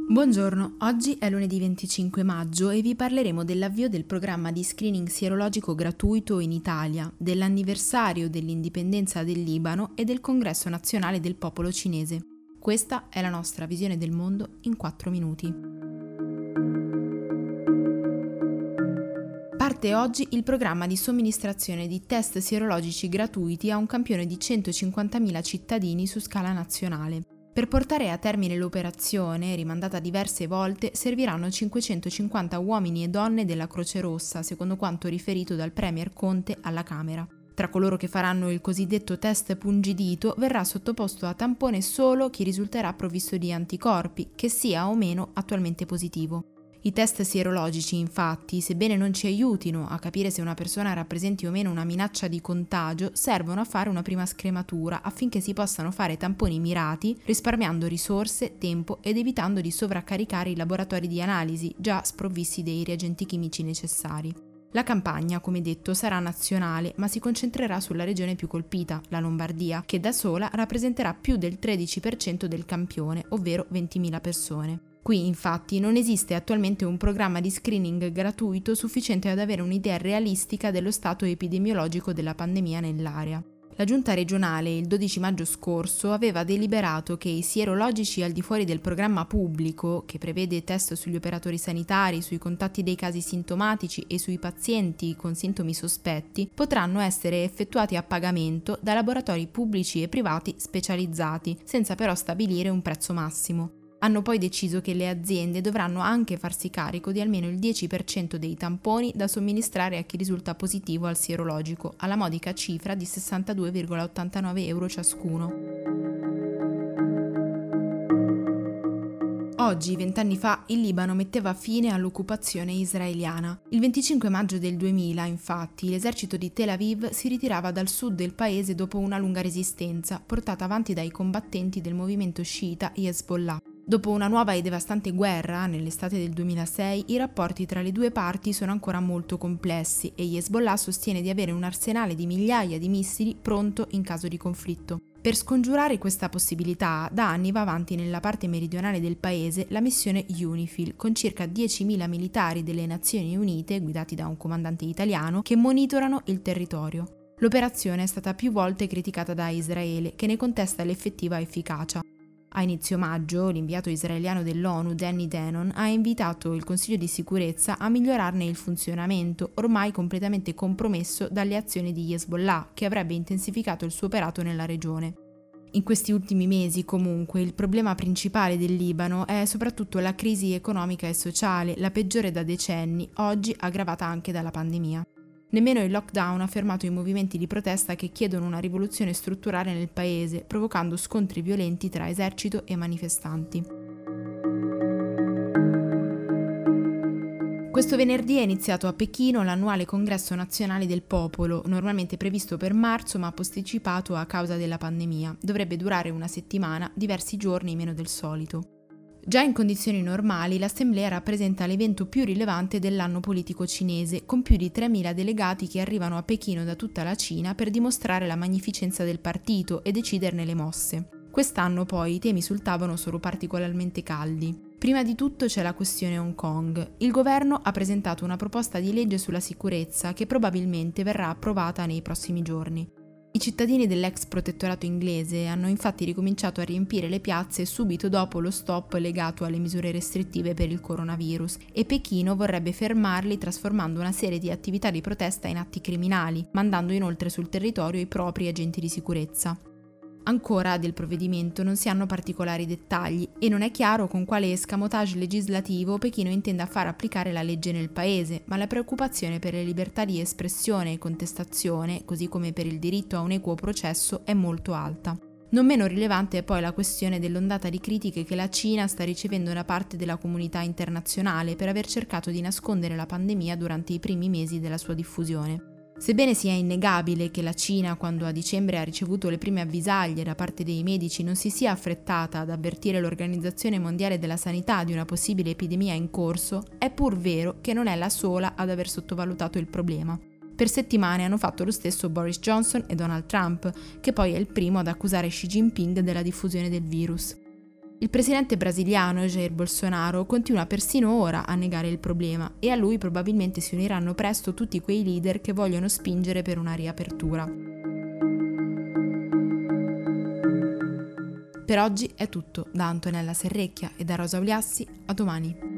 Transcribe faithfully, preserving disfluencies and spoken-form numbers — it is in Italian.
Buongiorno, oggi è lunedì venticinque maggio e vi parleremo dell'avvio del programma di screening sierologico gratuito in Italia, dell'anniversario dell'indipendenza del Libano e del Congresso Nazionale del Popolo Cinese. Questa è la nostra visione del mondo in quattro minuti. Parte oggi il programma di somministrazione di test sierologici gratuiti a un campione di centocinquantamila cittadini su scala nazionale. Per portare a termine l'operazione, rimandata diverse volte, serviranno cinquecentocinquanta uomini e donne della Croce Rossa, secondo quanto riferito dal Premier Conte alla Camera. Tra coloro che faranno il cosiddetto test pungidito verrà sottoposto a tampone solo chi risulterà provvisto di anticorpi, che sia o meno attualmente positivo. I test sierologici, infatti, sebbene non ci aiutino a capire se una persona rappresenti o meno una minaccia di contagio, servono a fare una prima scrematura affinché si possano fare tamponi mirati, risparmiando risorse, tempo ed evitando di sovraccaricare i laboratori di analisi, già sprovvisti dei reagenti chimici necessari. La campagna, come detto, sarà nazionale, ma si concentrerà sulla regione più colpita, la Lombardia, che da sola rappresenterà più del tredici per cento del campione, ovvero ventimila persone. Qui, infatti, non esiste attualmente un programma di screening gratuito sufficiente ad avere un'idea realistica dello stato epidemiologico della pandemia nell'area. La giunta regionale il dodici maggio scorso aveva deliberato che i sierologici al di fuori del programma pubblico, che prevede test sugli operatori sanitari, sui contatti dei casi sintomatici e sui pazienti con sintomi sospetti, potranno essere effettuati a pagamento da laboratori pubblici e privati specializzati, senza però stabilire un prezzo massimo. Hanno poi deciso che le aziende dovranno anche farsi carico di almeno il dieci per cento dei tamponi da somministrare a chi risulta positivo al sierologico, alla modica cifra di sessantadue virgola ottantanove euro ciascuno. Oggi, vent'anni fa, il Libano metteva fine all'occupazione israeliana. Il venticinque maggio del duemila, infatti, l'esercito di Tel Aviv si ritirava dal sud del paese dopo una lunga resistenza, portata avanti dai combattenti del movimento sciita Hezbollah. Dopo una nuova e devastante guerra, nell'estate del duemilasei, i rapporti tra le due parti sono ancora molto complessi e Hezbollah sostiene di avere un arsenale di migliaia di missili pronto in caso di conflitto. Per scongiurare questa possibilità, da anni va avanti nella parte meridionale del paese la missione UNIFIL, con circa diecimila militari delle Nazioni Unite, guidati da un comandante italiano, che monitorano il territorio. L'operazione è stata più volte criticata da Israele, che ne contesta l'effettiva efficacia. A inizio maggio, l'inviato israeliano dell'ONU, Danny Danon, ha invitato il Consiglio di sicurezza a migliorarne il funzionamento, ormai completamente compromesso dalle azioni di Hezbollah, che avrebbe intensificato il suo operato nella regione. In questi ultimi mesi, comunque, il problema principale del Libano è soprattutto la crisi economica e sociale, la peggiore da decenni, oggi aggravata anche dalla pandemia. Nemmeno il lockdown ha fermato i movimenti di protesta che chiedono una rivoluzione strutturale nel paese, provocando scontri violenti tra esercito e manifestanti. Questo venerdì è iniziato a Pechino l'annuale Congresso Nazionale del Popolo, normalmente previsto per marzo ma posticipato a causa della pandemia. Dovrebbe durare una settimana, diversi giorni meno del solito. Già in condizioni normali, l'Assemblea rappresenta l'evento più rilevante dell'anno politico cinese, con più di tremila delegati che arrivano a Pechino da tutta la Cina per dimostrare la magnificenza del partito e deciderne le mosse. Quest'anno poi i temi sul tavolo sono particolarmente caldi. Prima di tutto c'è la questione Hong Kong. Il governo ha presentato una proposta di legge sulla sicurezza che probabilmente verrà approvata nei prossimi giorni. I cittadini dell'ex protettorato inglese hanno infatti ricominciato a riempire le piazze subito dopo lo stop legato alle misure restrittive per il coronavirus e Pechino vorrebbe fermarli trasformando una serie di attività di protesta in atti criminali, mandando inoltre sul territorio i propri agenti di sicurezza. Ancora del provvedimento non si hanno particolari dettagli e non è chiaro con quale escamotage legislativo Pechino intenda far applicare la legge nel paese, ma la preoccupazione per le libertà di espressione e contestazione, così come per il diritto a un equo processo, è molto alta. Non meno rilevante è poi la questione dell'ondata di critiche che la Cina sta ricevendo da parte della comunità internazionale per aver cercato di nascondere la pandemia durante i primi mesi della sua diffusione. Sebbene sia innegabile che la Cina, quando a dicembre ha ricevuto le prime avvisaglie da parte dei medici, non si sia affrettata ad avvertire l'Organizzazione Mondiale della Sanità di una possibile epidemia in corso, è pur vero che non è la sola ad aver sottovalutato il problema. Per settimane hanno fatto lo stesso Boris Johnson e Donald Trump, che poi è il primo ad accusare Xi Jinping della diffusione del virus. Il presidente brasiliano Jair Bolsonaro continua persino ora a negare il problema e a lui probabilmente si uniranno presto tutti quei leader che vogliono spingere per una riapertura. Per oggi è tutto, da Antonella Serrecchia e da Rosa Uliassi, a domani.